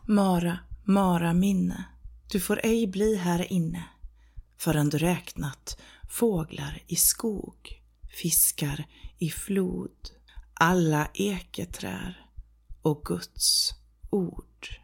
Mara, Mara minne, du får ej bli här inne, förrän du räknat fåglar i skog, fiskar i flod, alla eketrär och Guds ord.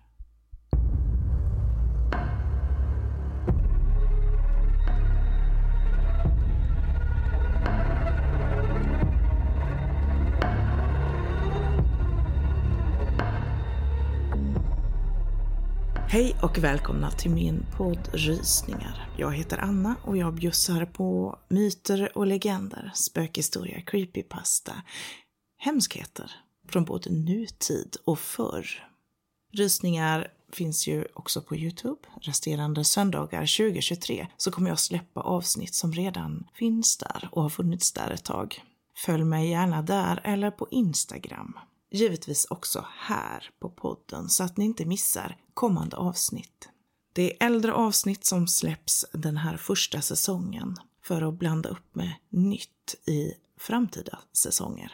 Hej och välkomna till min podd Rysningar. Jag heter Anna och jag bjussar på myter och legender, spökhistoria, creepypasta, hemskheter från både nutid och förr. Rysningar finns ju också på YouTube. Resterande söndagar 2023 så kommer jag släppa avsnitt som redan finns där och har funnits där ett tag. Följ mig gärna där eller på Instagram. Givetvis också här på podden så att ni inte missar kommande avsnitt. Det är äldre avsnitt som släpps den här första säsongen för att blanda upp med nytt i framtida säsonger.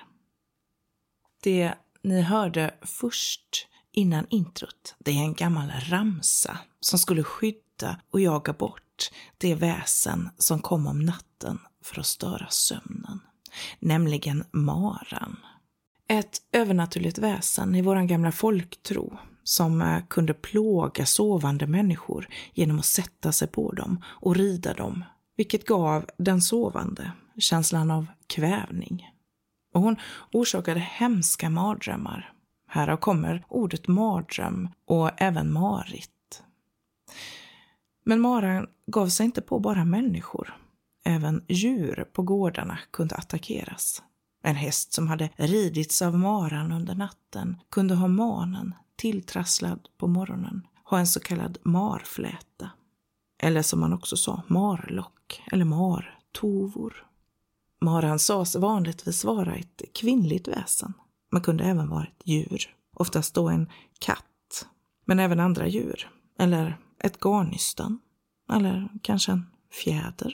Det ni hörde först innan introt, det är en gammal ramsa som skulle skydda och jaga bort det väsen som kom om natten för att störa sömnen, nämligen maran. Ett övernaturligt väsen i våran gamla folktro som kunde plåga sovande människor genom att sätta sig på dem och rida dem, vilket gav den sovande känslan av kvävning. Och hon orsakade hemska mardrömmar. Härav kommer ordet mardröm och även marit. Men maran gav sig inte på bara människor. Även djur på gårdarna kunde attackeras. En häst som hade ridits av maran under natten kunde ha manen tilltrasslad på morgonen, ha en så kallad marfläta. Eller som man också sa, marlock eller martovor. Maran sades vanligtvis vara ett kvinnligt väsen. Man kunde även vara ett djur, oftast då en katt, men även andra djur. Eller ett garnnystan, eller kanske en fjäder.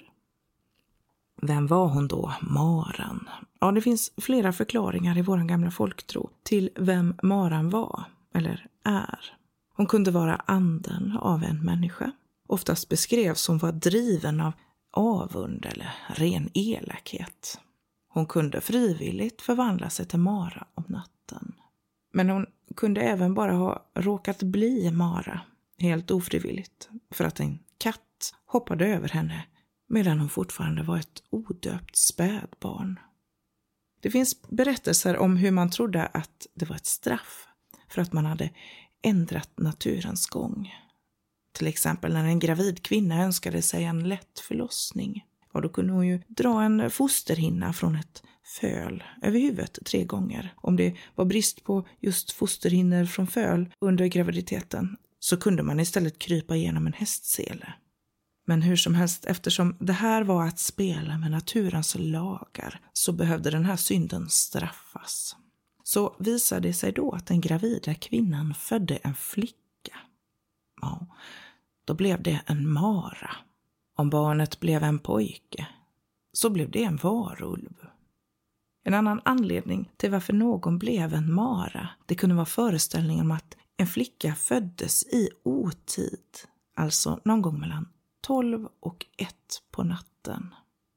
Vem var hon då, maran? Ja, det finns flera förklaringar i vår gamla folktro till vem maran var, eller är. Hon kunde vara anden av en människa. Oftast beskrevs hon vara driven av avund eller ren elakhet. Hon kunde frivilligt förvandla sig till mara om natten. Men hon kunde även bara ha råkat bli mara, helt ofrivilligt, för att en katt hoppade över henne medan hon fortfarande var ett odöpt spädbarn. Det finns berättelser om hur man trodde att det var ett straff för att man hade ändrat naturens gång. Till exempel när en gravid kvinna önskade sig en lätt förlossning. Och då kunde hon ju dra en fosterhinna från ett föl över huvudet 3 gånger. Om det var brist på just fosterhinnor från föl under graviditeten så kunde man istället krypa igenom en hästsele. Men hur som helst, eftersom det här var att spela med naturens lagar så behövde den här synden straffas. Så visade det sig då att den gravida kvinnan födde en flicka. Ja, då blev det en mara. Om barnet blev en pojke så blev det en varulv. En annan anledning till varför någon blev en mara, det kunde vara föreställningen om att en flicka föddes i otid, alltså någon gång mellan 12 och 1 på natten.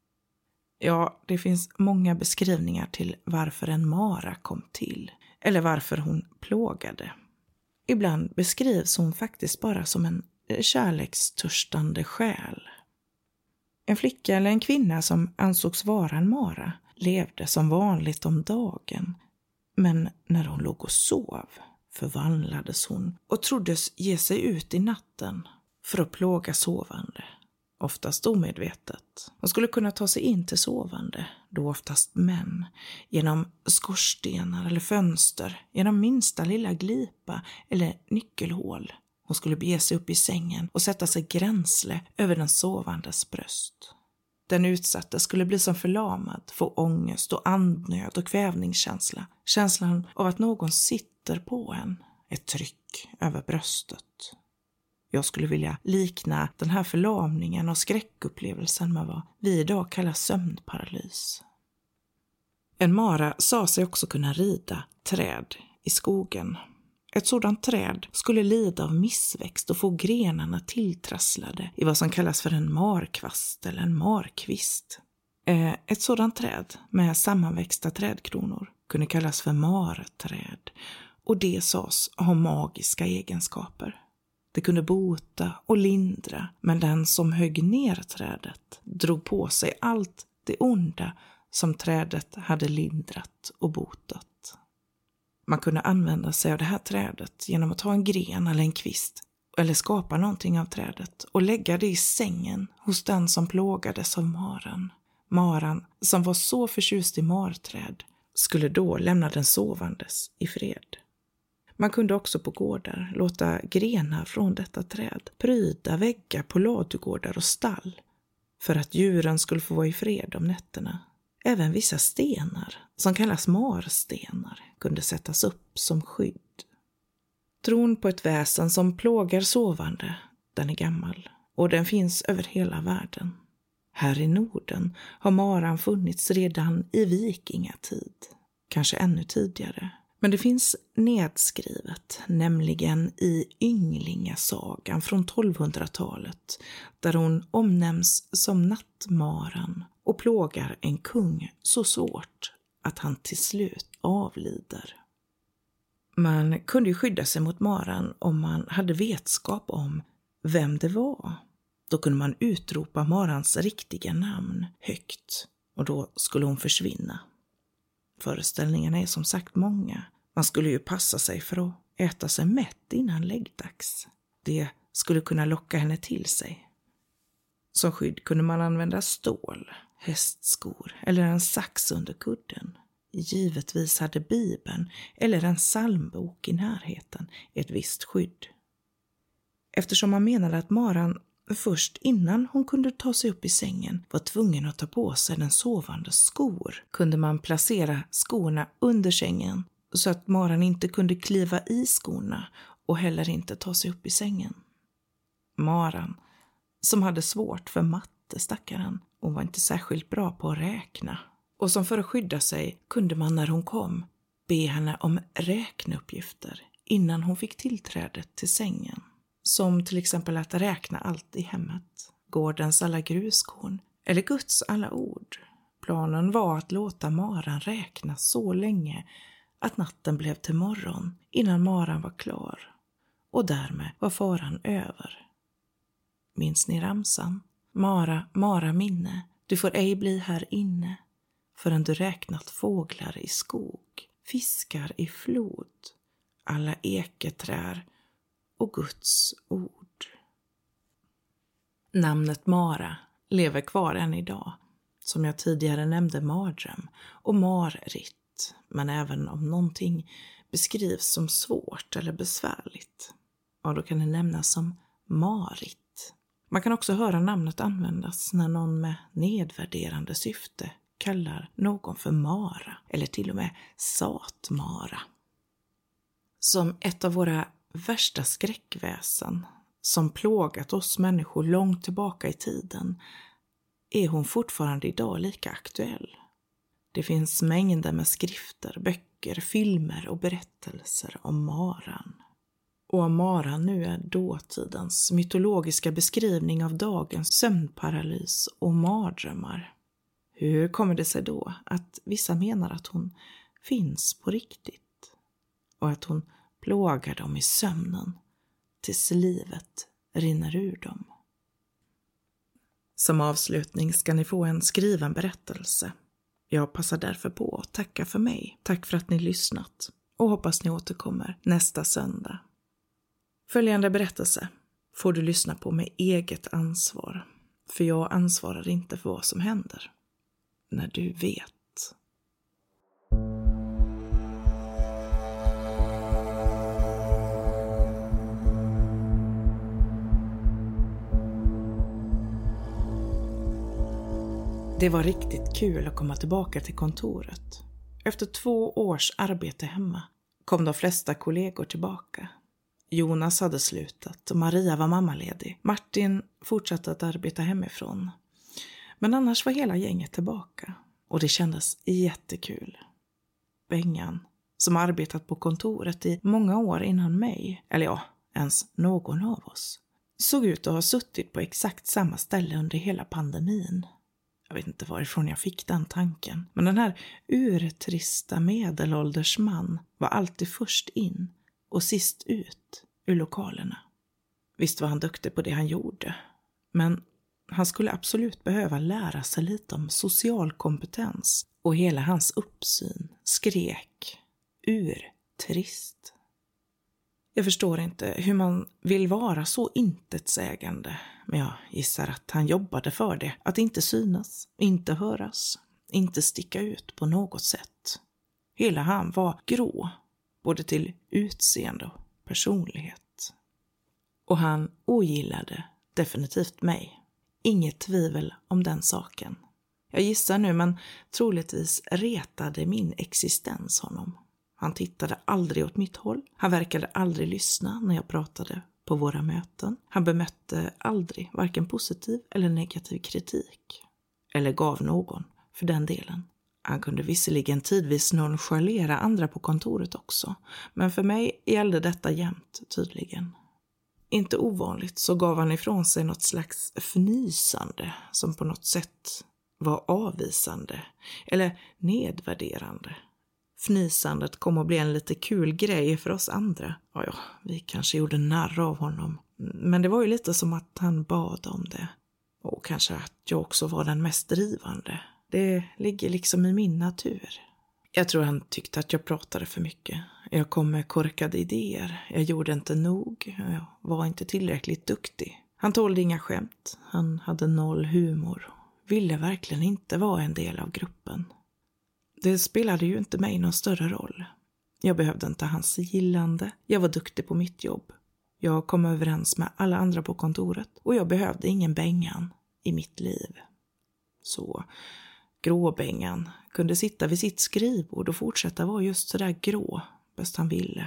Ja, det finns många beskrivningar till varför en mara kom till, eller varför hon plågade. Ibland beskrivs hon faktiskt bara som en kärlekstörstande själ. En flicka eller en kvinna som ansågs vara en mara levde som vanligt om dagen, men när hon låg och sov förvandlades hon och troddes ge sig ut i natten för att plåga sovande, oftast omedvetet. Hon skulle kunna ta sig in till sovande, då oftast män, genom skorstenar eller fönster, genom minsta lilla glipa eller nyckelhål. Hon skulle bege sig upp i sängen och sätta sig gränsle över den sovandes bröst. Den utsatte skulle bli som förlamad, få ångest och andnöd och kvävningskänsla. Känslan av att någon sitter på en, ett tryck över bröstet. Jag skulle vilja likna den här förlamningen och skräckupplevelsen med vad vi idag kallar sömnparalys. En mara sa sig också kunna rida träd i skogen. Ett sådant träd skulle lida av missväxt och få grenarna tilltrasslade i vad som kallas för en markvast eller en markvist. Ett sådant träd med sammanväxta trädkronor kunde kallas för marträd, och det sades ha magiska egenskaper. Det kunde bota och lindra, men den som högg ner trädet drog på sig allt det onda som trädet hade lindrat och botat. Man kunde använda sig av det här trädet genom att ta en gren eller en kvist eller skapa någonting av trädet och lägga det i sängen hos den som plågades av maran. Maran, som var så förtjust i marträd, skulle då lämna den sovandes i fred. Man kunde också på gårdar låta grenar från detta träd pryda väggar på ladugårdar och stall för att djuren skulle få vara i fred om nätterna. Även vissa stenar, som kallas marstenar, kunde sättas upp som skydd. Tron på ett väsen som plågar sovande, den är gammal och den finns över hela världen. Här i Norden har maran funnits redan i vikingatid, kanske ännu tidigare. Men det finns nedskrivet, nämligen i Ynglingasagan från 1200-talet, där hon omnämns som nattmaran och plågar en kung så svårt att han till slut avlider. Man kunde ju skydda sig mot maran om man hade vetskap om vem det var. Då kunde man utropa marans riktiga namn högt och då skulle hon försvinna. Föreställningarna är som sagt många. Man skulle ju passa sig för att äta sig mätt innan läggdags. Det skulle kunna locka henne till sig. Som skydd kunde man använda stål, hästskor eller en sax under kudden. Givetvis hade Bibeln eller en psalmbok i närheten ett visst skydd. Eftersom man menade att maran först innan hon kunde ta sig upp i sängen var tvungen att ta på sig den sovandes skor, kunde man placera skorna under sängen så att maran inte kunde kliva i skorna och heller inte ta sig upp i sängen. Maran, som hade svårt för matte, stackaren, och var inte särskilt bra på att räkna. Och som för att skydda sig kunde man när hon kom be henne om räkneuppgifter innan hon fick tillträde till sängen. Som till exempel att räkna allt i hemmet, gårdens alla gruskorn eller Guds alla ord. Planen var att låta maran räkna så länge att natten blev till morgon innan maran var klar. Och därmed var faran över. Minns ni ramsan? Mara, Mara minne, du får ej bli här inne förrän du räknat fåglar i skog, fiskar i flod, alla eketrär och Guds ord. Namnet Mara lever kvar än idag, som jag tidigare nämnde mardröm och marritt, men även om någonting beskrivs som svårt eller besvärligt, ja, då kan det nämnas som Marit. Man kan också höra namnet användas när någon med nedvärderande syfte kallar någon för Mara eller till och med Satmara. Som ett av våra värsta skräckväsen som plågat oss människor långt tillbaka i tiden är hon fortfarande idag lika aktuell. Det finns mängder med skrifter, böcker, filmer och berättelser om maran. Och om maran nu är dåtidens mytologiska beskrivning av dagens sömnparalys och mardrömmar. Hur kommer det sig då att vissa menar att hon finns på riktigt och att hon plågar dem i sömnen tills livet rinner ur dem? Som avslutning ska ni få en skriven berättelse. Jag passar därför på att tacka för mig. Tack för att ni lyssnat och hoppas ni återkommer nästa söndag. Följande berättelse får du lyssna på med eget ansvar, för jag ansvarar inte för vad som händer. När du vet. Det var riktigt kul att komma tillbaka till kontoret. Efter 2 års arbete hemma kom de flesta kollegor tillbaka. Jonas hade slutat och Maria var mammaledig. Martin fortsatte att arbeta hemifrån. Men annars var hela gänget tillbaka och det kändes jättekul. Bengan, som arbetat på kontoret i många år innan mig, eller ja, ens någon av oss, såg ut att ha suttit på exakt samma ställe under hela pandemin. Jag vet inte varifrån jag fick den tanken, men den här urtrista medelålders man var alltid först in och sist ut ur lokalerna. Visst var han duktig på det han gjorde, men han skulle absolut behöva lära sig lite om social kompetens, och hela hans uppsyn skrek urtrist. Jag förstår inte hur man vill vara så intetsägande, men jag gissar att han jobbade för det. Att inte synas, inte höras, inte sticka ut på något sätt. Hela han var grå, både till utseende och personlighet. Och han ogillade definitivt mig. Inget tvivel om den saken. Jag gissar nu, men troligtvis retade min existens honom. Han tittade aldrig åt mitt håll. Han verkade aldrig lyssna när jag pratade på våra möten. Han bemötte aldrig varken positiv eller negativ kritik. Eller gav någon, för den delen. Han kunde visserligen tidvis nonchalera andra på kontoret också. Men för mig gällde detta jämt tydligen. Inte ovanligt så gav han ifrån sig något slags fnysande som på något sätt var avvisande eller nedvärderande. Fnysandet kom att bli en lite kul grej för oss andra. Ja, vi kanske gjorde narr av honom. Men det var ju lite som att han bad om det. Och kanske att jag också var den mest drivande. Det ligger liksom i min natur. Jag tror han tyckte att jag pratade för mycket. Jag kom med korkade idéer. Jag gjorde inte nog. Jag var inte tillräckligt duktig. Han tålde inga skämt. Han hade noll humor. Ville verkligen inte vara en del av gruppen. Det spelade ju inte mig någon större roll. Jag behövde inte hans gillande. Jag var duktig på mitt jobb. Jag kom överens med alla andra på kontoret. Och jag behövde ingen Bengan i mitt liv. Så gråbängan kunde sitta vid sitt skrivbord och fortsätta vara just så där grå, bäst han ville.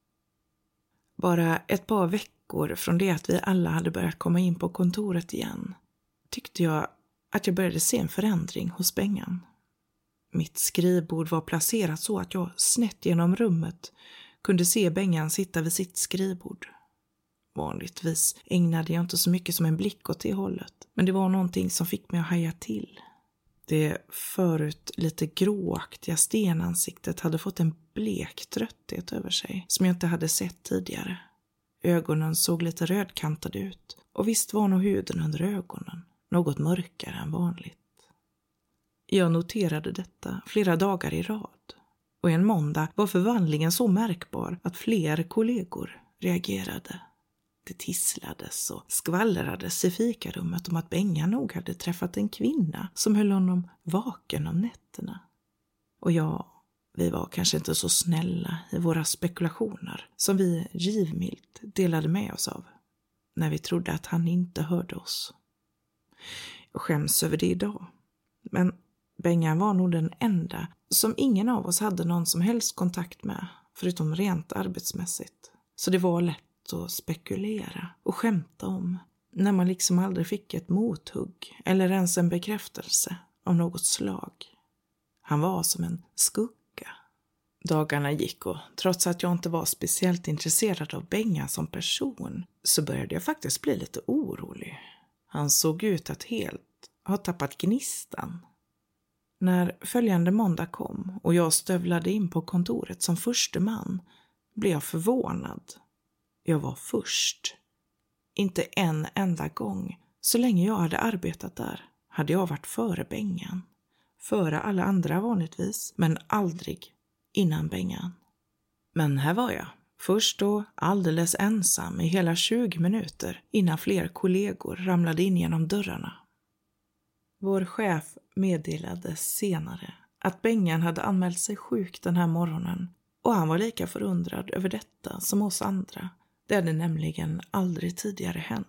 Bara ett par veckor från det att vi alla hade börjat komma in på kontoret igen tyckte jag att jag började se en förändring hos Bengan. Mitt skrivbord var placerat så att jag snett genom rummet kunde se Bengan sitta vid sitt skrivbord. Vanligtvis ägnade jag inte så mycket som en blick åt det hållet, men det var någonting som fick mig att haja till. Det förut lite gråaktiga stenansiktet hade fått en blek trötthet över sig som jag inte hade sett tidigare. Ögonen såg lite rödkantade ut och visst var nog huden under ögonen något mörkare än vanligt. Jag noterade detta flera dagar i rad och en måndag var förvandlingen så märkbar att fler kollegor reagerade. Det tisslades och skvallrades i fikarummet om att Benga nog hade träffat en kvinna som höll honom vaken om nätterna. Och vi var kanske inte så snälla i våra spekulationer som vi givmilt delade med oss av när vi trodde att han inte hörde oss. Jag skäms över det idag, men Benga var nog den enda som ingen av oss hade någon som helst kontakt med, förutom rent arbetsmässigt. Så det var lätt att spekulera och skämta om när man liksom aldrig fick ett mothugg eller ens en bekräftelse av något slag. Han var som en skugga. Dagarna gick och trots att jag inte var speciellt intresserad av Benga som person så började jag faktiskt bli lite orolig. Han såg ut att helt ha tappat gnistan. När följande måndag kom och jag stövlade in på kontoret som förste man blev jag förvånad. Jag var först. Inte en enda gång. Så länge jag hade arbetat där hade jag varit före Bengan. Före alla andra vanligtvis, men aldrig innan Bengan. Men här var jag. Först och alldeles ensam i hela 20 minuter innan fler kollegor ramlade in genom dörrarna. Vår chef meddelade senare att Bengan hade anmält sig sjuk den här morgonen och han var lika förundrad över detta som oss andra. Det hade nämligen aldrig tidigare hänt.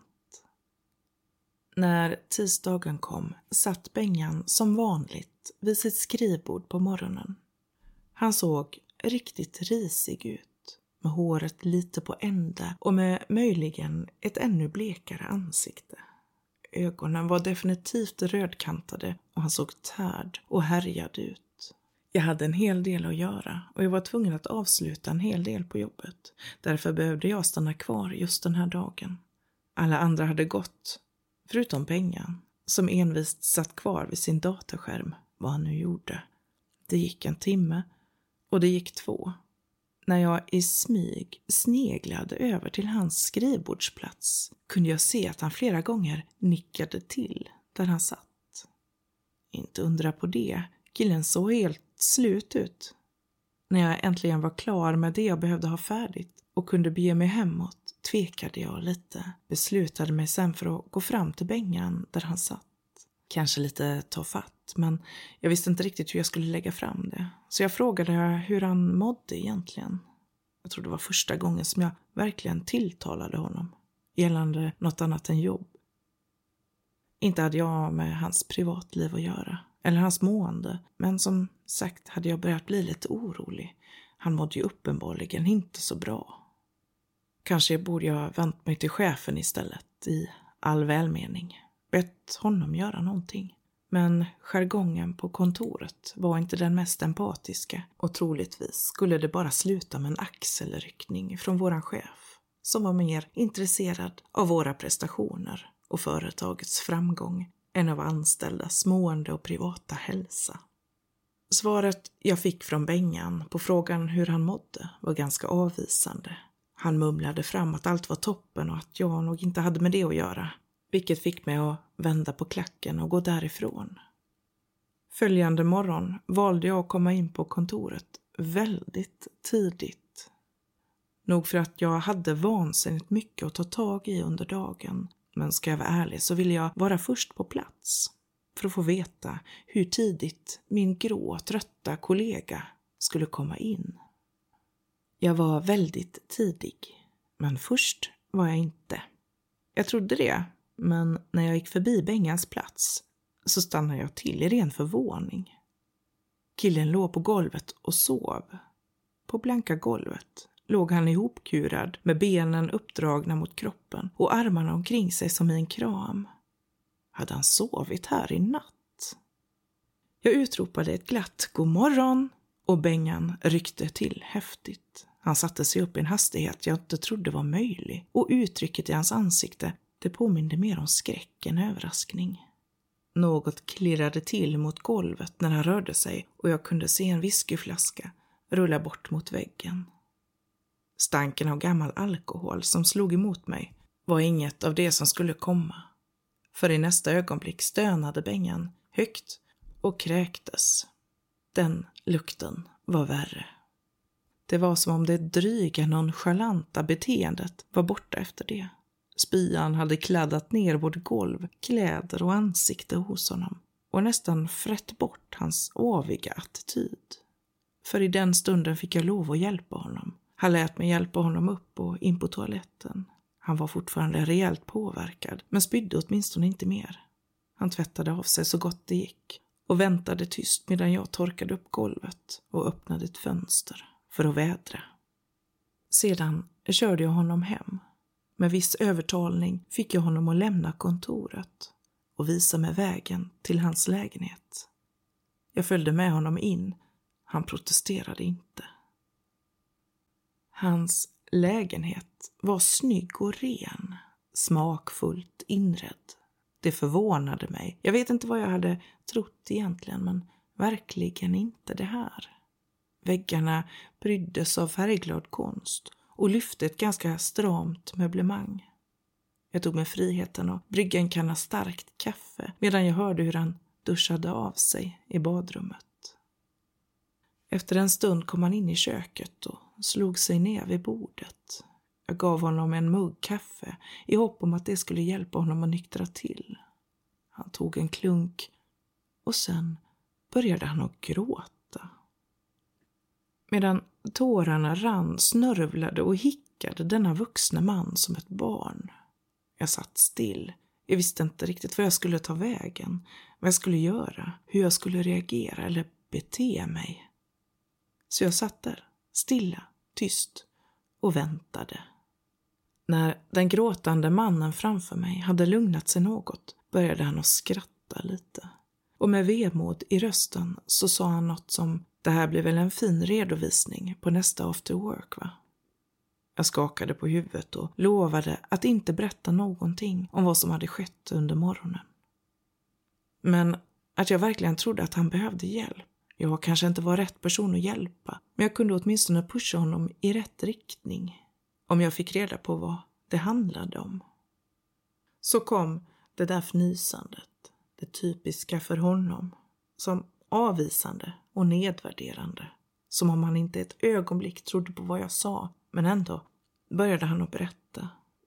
När tisdagen kom satt Bengan som vanligt vid sitt skrivbord på morgonen. Han såg riktigt risig ut, med håret lite på ända och med möjligen ett ännu blekare ansikte. Ögonen var definitivt rödkantade och han såg tärd och härjad ut. Jag hade en hel del att göra och jag var tvungen att avsluta en hel del på jobbet. Därför behövde jag stanna kvar just den här dagen. Alla andra hade gått, förutom Bengan, som envist satt kvar vid sin datorskärm, vad han nu gjorde. Det gick 1 timme och det gick 2. När jag i smyg sneglade över till hans skrivbordsplats kunde jag se att han flera gånger nickade till där han satt. Inte undra på det, killen såg helt slut ut. När jag äntligen var klar med det jag behövde ha färdigt och kunde bege mig hemåt tvekade jag lite. Beslutade mig sen för att gå fram till Bengan där han satt. Kanske lite tafatt, men jag visste inte riktigt hur jag skulle lägga fram det. Så jag frågade hur han mådde egentligen. Jag tror det var första gången som jag verkligen tilltalade honom. Gällande något annat än jobb. Inte hade jag med hans privatliv att göra. Eller hans mående. Men som sagt hade jag börjat bli lite orolig. Han mådde ju uppenbarligen inte så bra. Kanske borde jag vänt mig till chefen istället. I all välmening. Bett honom göra någonting. Men jargongen på kontoret var inte den mest empatiska. Och troligtvis skulle det bara sluta med en axelryckning från våran chef. Som var mer intresserad av våra prestationer och företagets framgång än av anställdas mående och privata hälsa. Svaret jag fick från Bengan på frågan hur han mådde var ganska avvisande. Han mumlade fram att allt var toppen och att jag nog inte hade med det att göra. Vilket fick mig att vända på klacken och gå därifrån. Följande morgon valde jag att komma in på kontoret väldigt tidigt. Nog för att jag hade vansinnigt mycket att ta tag i under dagen. Men ska jag vara ärlig så ville jag vara först på plats. För att få veta hur tidigt min grå, trötta kollega skulle komma in. Jag var väldigt tidig. Men först var jag inte. Jag trodde det. Men när jag gick förbi Bengans plats så stannade jag till i ren förvåning. Killen låg på golvet och sov. På blanka golvet låg han ihopkurad med benen uppdragna mot kroppen och armarna omkring sig som i en kram. Hade han sovit här i natt? Jag utropade ett glatt god morgon och Bengan ryckte till häftigt. Han satte sig upp i en hastighet jag inte trodde var möjlig och uttrycket i hans ansikte det påminde mer om skräck än överraskning. Något klirrade till mot golvet när han rörde sig och jag kunde se en whiskyflaska rulla bort mot väggen. Stanken av gammal alkohol som slog emot mig var inget av det som skulle komma. För i nästa ögonblick stönade Bengan högt och kräktes. Den lukten var värre. Det var som om det dryga nonchalanta beteendet var borta efter det. Spyan hade kladdat ner både golv, kläder och ansikte hos honom och nästan frätt bort hans aviga attityd. För i den stunden fick jag lov att hjälpa honom. Han lät mig hjälpa honom upp och in på toaletten. Han var fortfarande rejält påverkad, men spydde åtminstone inte mer. Han tvättade av sig så gott det gick och väntade tyst medan jag torkade upp golvet och öppnade ett fönster för att vädra. Sedan körde jag honom hem. Med viss övertalning fick jag honom att lämna kontoret och visa mig vägen till hans lägenhet. Jag följde med honom in. Han protesterade inte. Hans lägenhet var snygg och ren, smakfullt inredd. Det förvånade mig. Jag vet inte vad jag hade trott egentligen, men verkligen inte det här. Väggarna pryddes av färgglad konst och lyfte ett ganska stramt möblemang. Jag tog mig friheten att brygga en kanna starkt kaffe medan jag hörde hur han duschade av sig i badrummet. Efter en stund kom han in i köket och slog sig ner vid bordet. Jag gav honom en mugg kaffe i hopp om att det skulle hjälpa honom att nyktra till. Han tog en klunk och sen började han att gråta. Medan tårarna rann snörvlade och hickade denna vuxna man som ett barn. Jag satt still. Jag visste inte riktigt vad jag skulle ta vägen, vad jag skulle göra, hur jag skulle reagera eller bete mig. Så jag satt där, stilla, tyst och väntade. När den gråtande mannen framför mig hade lugnat sig något började han att skratta lite. Och med vemod i rösten så sa han något som Det här blev väl en fin redovisning på nästa after work, va? Jag skakade på huvudet och lovade att inte berätta någonting om vad som hade skett under morgonen. Men att jag verkligen trodde att han behövde hjälp. Jag kanske inte var rätt person att hjälpa, men jag kunde åtminstone pusha honom i rätt riktning om jag fick reda på vad det handlade om. Så kom det där fnysandet, det typiska för honom, som avvisande och nedvärderande, som om han inte ett ögonblick trodde på vad jag sa, men ändå började han att berätta.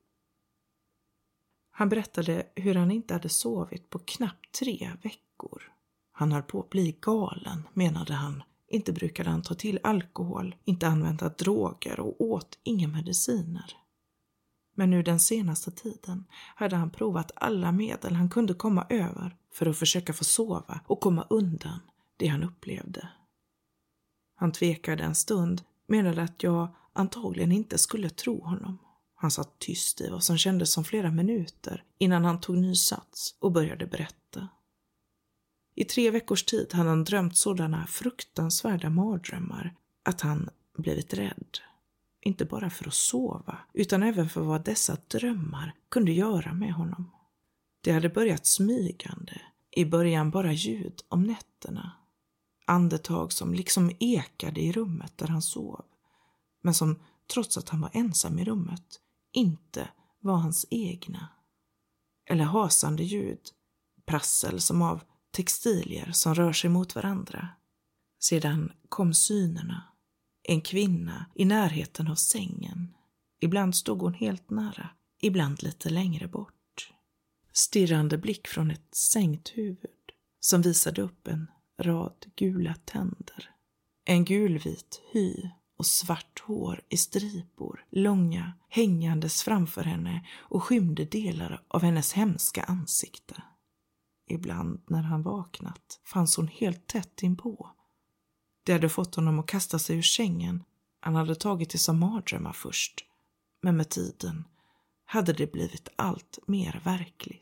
Han berättade hur han inte hade sovit på knappt 3 veckor. Han höll på att bli galen, menade han. Inte brukade han ta till alkohol, inte använda droger och åt inga mediciner. Men nu den senaste tiden hade han provat alla medel han kunde komma över för att försöka få sova och komma undan det han upplevde. Han tvekade en stund, menade att jag antagligen inte skulle tro honom. Han satt tyst i vad som kändes som flera minuter innan han tog ny sats och började berätta. I 3 veckors tid hade han drömt sådana fruktansvärda mardrömmar att han blivit rädd. Inte bara för att sova, utan även för vad dessa drömmar kunde göra med honom. Det hade börjat smygande, i början bara ljud om nätterna. Andetag som liksom ekade i rummet där han sov, men som trots att han var ensam i rummet inte var hans egna. Eller hasande ljud, prassel som av textilier som rör sig mot varandra. Sedan kom synerna. En kvinna i närheten av sängen. Ibland stod hon helt nära, ibland lite längre bort. Stirrande blick från ett sänkt huvud som visade upp en rad gula tänder. En gulvit hy och svart hår i stripor, långa, hängandes framför henne och skymde delar av hennes hemska ansikte. Ibland när han vaknat fanns hon helt tätt inpå. Det hade fått honom att kasta sig ur sängen. Han hade tagit det som mardrömmar först, men med tiden hade det blivit allt mer verkligt.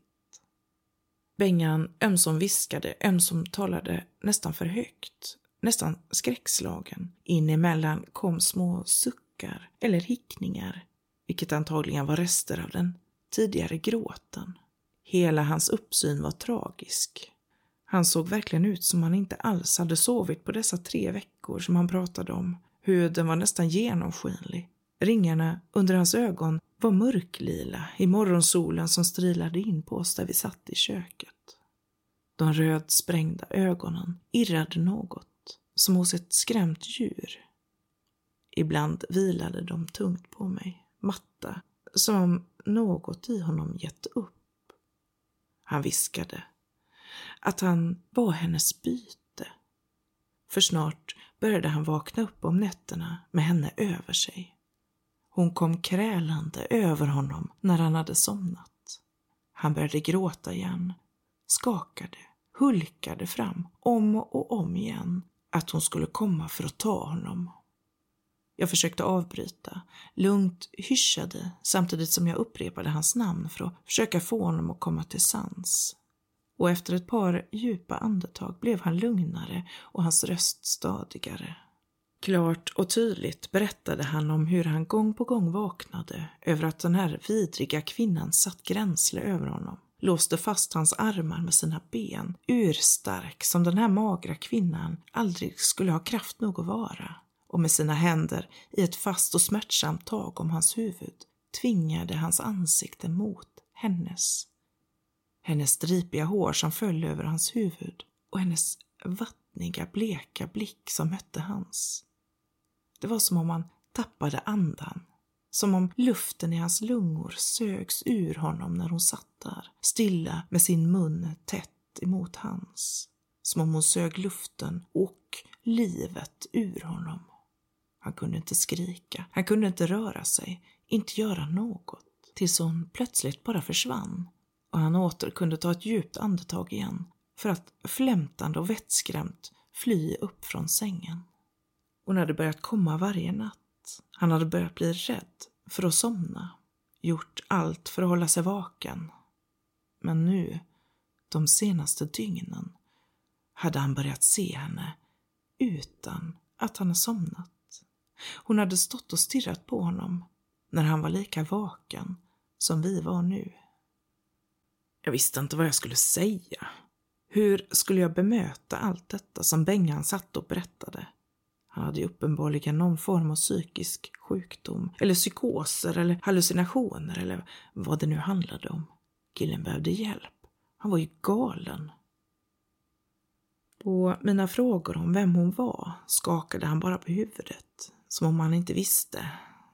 Bengan ömsom viskade, ömsom talade nästan för högt, nästan skräckslagen. In emellan kom små suckar eller hickningar, vilket antagligen var rester av den tidigare gråten. Hela hans uppsyn var tragisk. Han såg verkligen ut som han inte alls hade sovit på dessa 3 veckor som han pratade om. Huden var nästan genomskinlig. Ringarna under hans ögon var mörklila i morgonsolen som strilade in på oss där vi satt i köket. De rödsprängda ögonen irrade något, som hos ett skrämt djur. Ibland vilade de tungt på mig, matta, som om något i honom gett upp. Han viskade att han var hennes byte. För snart började han vakna upp om nätterna med henne över sig. Hon kom krälande över honom när han hade somnat. Han började gråta igen, skakade, hulkade fram om och om igen att hon skulle komma för att ta honom. Jag försökte avbryta, lugnt hyschade samtidigt som jag upprepade hans namn för att försöka få honom att komma till sans. Och efter ett par djupa andetag blev han lugnare och hans röst stadigare. Klart och tydligt berättade han om hur han gång på gång vaknade över att den här vidriga kvinnan satt gränsle över honom. Låste fast hans armar med sina ben, urstark som den här magra kvinnan aldrig skulle ha kraft nog att vara. Och med sina händer i ett fast och smärtsamt tag om hans huvud tvingade hans ansikte mot hennes. Hennes stripiga hår som föll över hans huvud och hennes vattniga, bleka blick som mötte hans. Det var som om han tappade andan. Som om luften i hans lungor sögs ur honom när hon satt där, stilla med sin mun tätt emot hans. Som om hon sög luften och livet ur honom. Han kunde inte skrika, han kunde inte röra sig, inte göra något. Tills hon plötsligt bara försvann. Och han åter kunde ta ett djupt andetag igen för att flämtande och vettskrämt fly upp från sängen. Hon hade börjat komma varje natt. Han hade börjat bli rädd för att somna. Gjort allt för att hålla sig vaken. Men nu, de senaste dygnen, hade han börjat se henne utan att han har somnat. Hon hade stått och stirrat på honom när han var lika vaken som vi var nu. Jag visste inte vad jag skulle säga. Hur skulle jag bemöta allt detta som Bengan satt och berättade? Han hade ju uppenbarligen någon form av psykisk sjukdom, eller psykoser, eller hallucinationer, eller vad det nu handlade om. Killen behövde hjälp. Han var ju galen. På mina frågor om vem hon var skakade han bara på huvudet, som om han inte visste.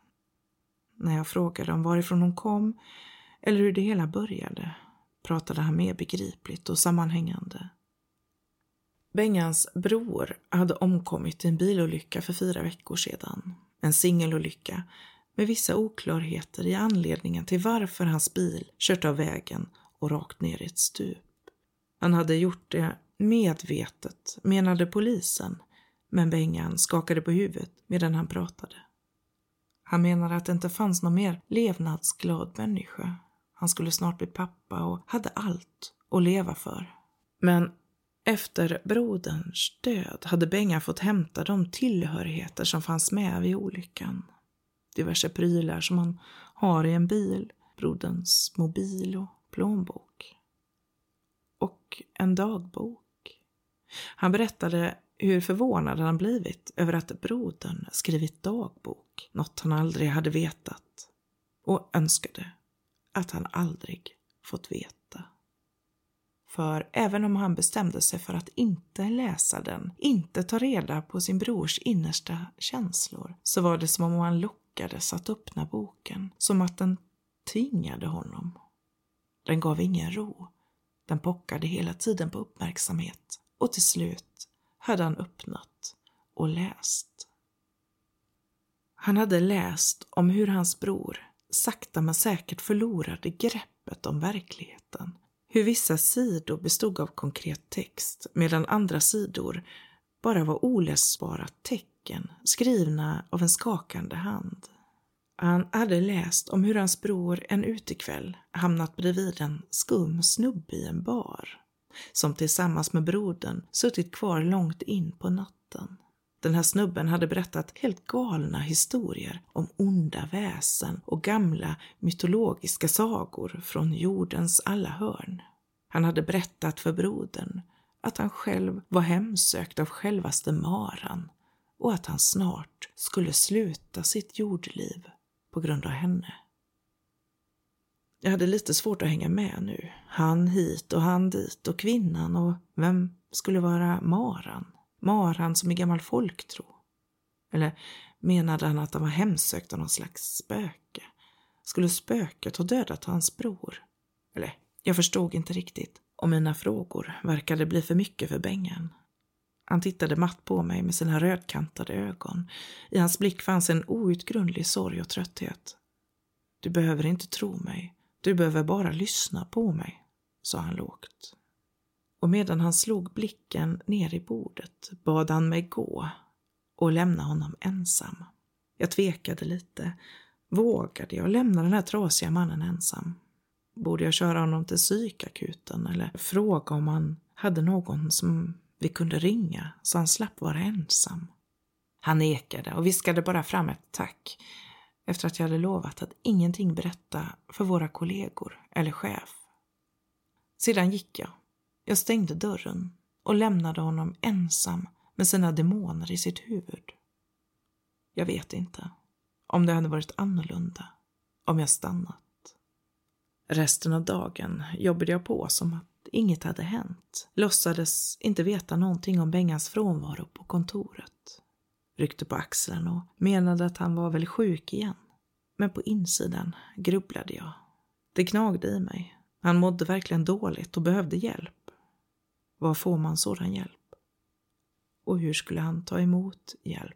När jag frågade om varifrån hon kom, eller hur det hela började, pratade han mer begripligt och sammanhängande. Bengans bror hade omkommit i en bilolycka för 4 veckor sedan. En singelolycka med vissa oklarheter i anledningen till varför hans bil kört av vägen och rakt ner i ett stup. Han hade gjort det medvetet, menade polisen, men Bengan skakade på huvudet medan han pratade. Han menade att det inte fanns någon mer levnadsglad människa. Han skulle snart bli pappa och hade allt att leva för. Men efter broderns död hade Bengan fått hämta de tillhörigheter som fanns med vid olyckan. Diverse prylar som man har i en bil, broderns mobil och plånbok. Och en dagbok. Han berättade hur förvånad han blivit över att brodern skrivit dagbok, något han aldrig hade vetat, och önskade att han aldrig fått veta. För även om han bestämde sig för att inte läsa den, inte ta reda på sin brors innersta känslor, så var det som om han lockades att öppna boken, som att den tvingade honom. Den gav ingen ro. Den pockade hela tiden på uppmärksamhet, och till slut hade han öppnat och läst. Han hade läst om hur hans bror sakta men säkert förlorade greppet om verkligheten. Hur vissa sidor bestod av konkret text, medan andra sidor bara var oläsbara tecken skrivna av en skakande hand. Han hade läst om hur hans bror en utekväll hamnat bredvid en skum snubbe i en bar, som tillsammans med brodern suttit kvar långt in på natten. Den här snubben hade berättat helt galna historier om onda väsen och gamla mytologiska sagor från jordens alla hörn. Han hade berättat för brodern att han själv var hemsökt av självaste maran och att han snart skulle sluta sitt jordliv på grund av henne. Jag hade lite svårt att hänga med nu. Han hit och han dit och kvinnan, och vem skulle vara maran? Maran som i gammal folktro. Eller menade han att han var hemsökt av någon slags spöke? Skulle spöket ha dödat hans bror? Eller, jag förstod inte riktigt. Och mina frågor verkade bli för mycket för Bengan. Han tittade matt på mig med sina rödkantade ögon. I hans blick fanns en outgrundlig sorg och trötthet. Du behöver inte tro mig. Du behöver bara lyssna på mig, sa han lågt. Och medan han slog blicken ner i bordet bad han mig gå och lämna honom ensam. Jag tvekade lite. Vågade jag lämna den här trasiga mannen ensam? Borde jag köra honom till psykakuten eller fråga om han hade någon som vi kunde ringa så han slapp vara ensam? Han nekade och viskade bara fram ett tack efter att jag hade lovat att ingenting berätta för våra kollegor eller chef. Sedan gick jag. Jag stängde dörren och lämnade honom ensam med sina demoner i sitt huvud. Jag vet inte om det hade varit annorlunda om jag stannat. Resten av dagen jobbade jag på som att inget hade hänt. Låtsades inte veta någonting om Bengans frånvaro på kontoret. Ryckte på axeln och menade att han var väl sjuk igen. Men på insidan grubblade jag. Det gnagde i mig. Han mådde verkligen dåligt och behövde hjälp. Var får man sådan hjälp? Och hur skulle han ta emot hjälp?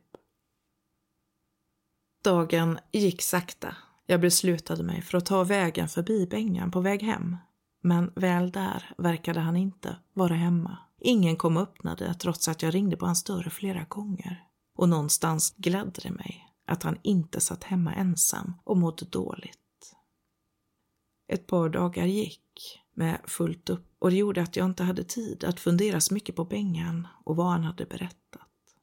Dagen gick sakta. Jag beslutade mig för att ta vägen förbi Bengan på väg hem. Men väl där verkade han inte vara hemma. Ingen kom och öppnade trots att jag ringde på hans dörr flera gånger. Och någonstans gladde det mig att han inte satt hemma ensam och mådde dåligt. Ett par dagar gick med fullt upp och det gjorde att jag inte hade tid att fundera så mycket på Bengan och vad han hade berättat.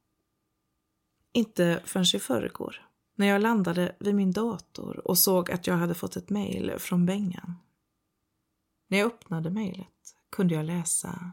Inte förrän i förrgår, när jag landade vid min dator och såg att jag hade fått ett mejl från Bengan. När jag öppnade mejlet kunde jag läsa: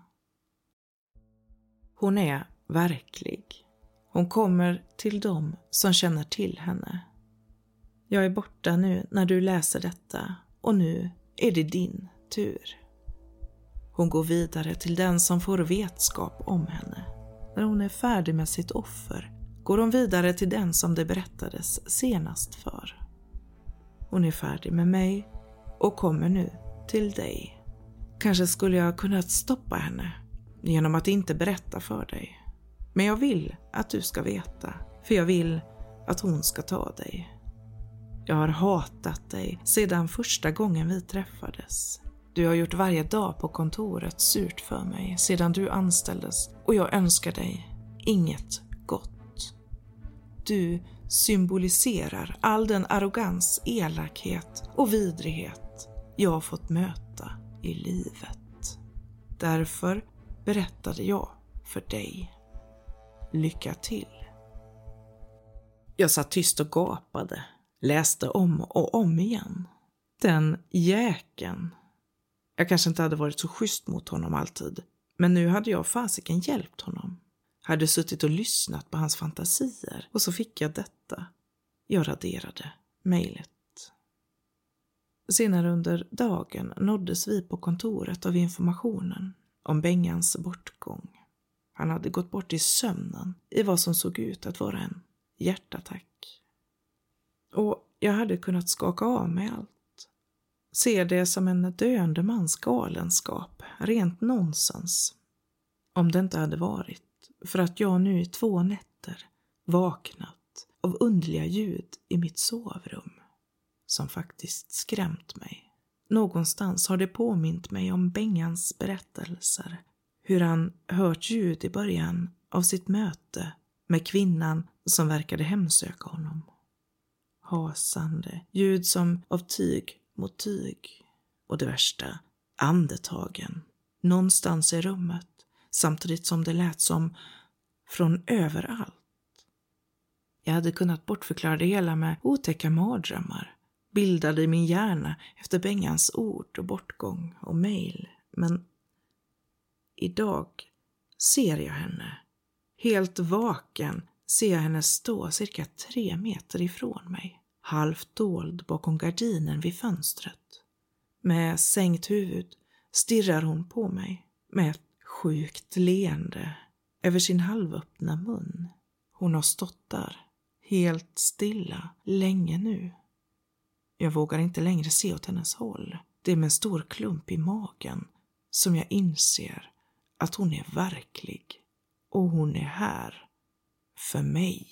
Hon är verklig. Hon kommer till dem som känner till henne. Jag är borta nu när du läser detta och nu är det din tur. Hon går vidare till den som får vetskap om henne. När hon är färdig med sitt offer går hon vidare till den som det berättades senast för. Hon är färdig med mig och kommer nu till dig. Kanske skulle jag kunnat stoppa henne genom att inte berätta för dig. Men jag vill att du ska veta, för jag vill att hon ska ta dig. Jag har hatat dig sedan första gången vi träffades. Du har gjort varje dag på kontoret surt för mig sedan du anställdes och jag önskar dig inget gott. Du symboliserar all den arrogans, elakhet och vidrighet jag har fått möta i livet. Därför berättade jag för dig. Lycka till. Jag satt tyst och gapade, läste om och om igen. Den jäkeln. Jag kanske inte hade varit så schysst mot honom alltid, men nu hade jag fasiken hjälpt honom. Hade suttit och lyssnat på hans fantasier och så fick jag detta. Jag raderade mejlet. Senare under dagen nåddes vi på kontoret av informationen om Bengans bortgång. Han hade gått bort i sömnen i vad som såg ut att vara en hjärtattack. Och jag hade kunnat skaka av mig allt. Se det som en döende mans galenskap, rent nonsens. Om det inte hade varit för att jag nu i 2 nätter vaknat av underliga ljud i mitt sovrum som faktiskt skrämt mig. Någonstans har det påmint mig om Bengans berättelser, hur han hört ljud i början av sitt möte med kvinnan som verkade hemsöka honom. Hasande ljud som av tyg mot tyg och det värsta, andetagen någonstans i rummet samtidigt som det lät som från överallt. Jag hade kunnat bortförklara det hela med otäcka mardrömmar, bildade i min hjärna efter Bengans ord och bortgång och mejl, men idag ser jag henne. Helt vaken ser jag henne stå cirka 3 meter ifrån mig, halvt dold bakom gardinen vid fönstret. Med sänkt huvud stirrar hon på mig med ett sjukt leende över sin halvöppna mun. Hon har stått där, helt stilla, länge nu. Jag vågar inte längre se åt hennes håll. Det är med en stor klump i magen som jag inser att hon är verklig. Och hon är här för mig.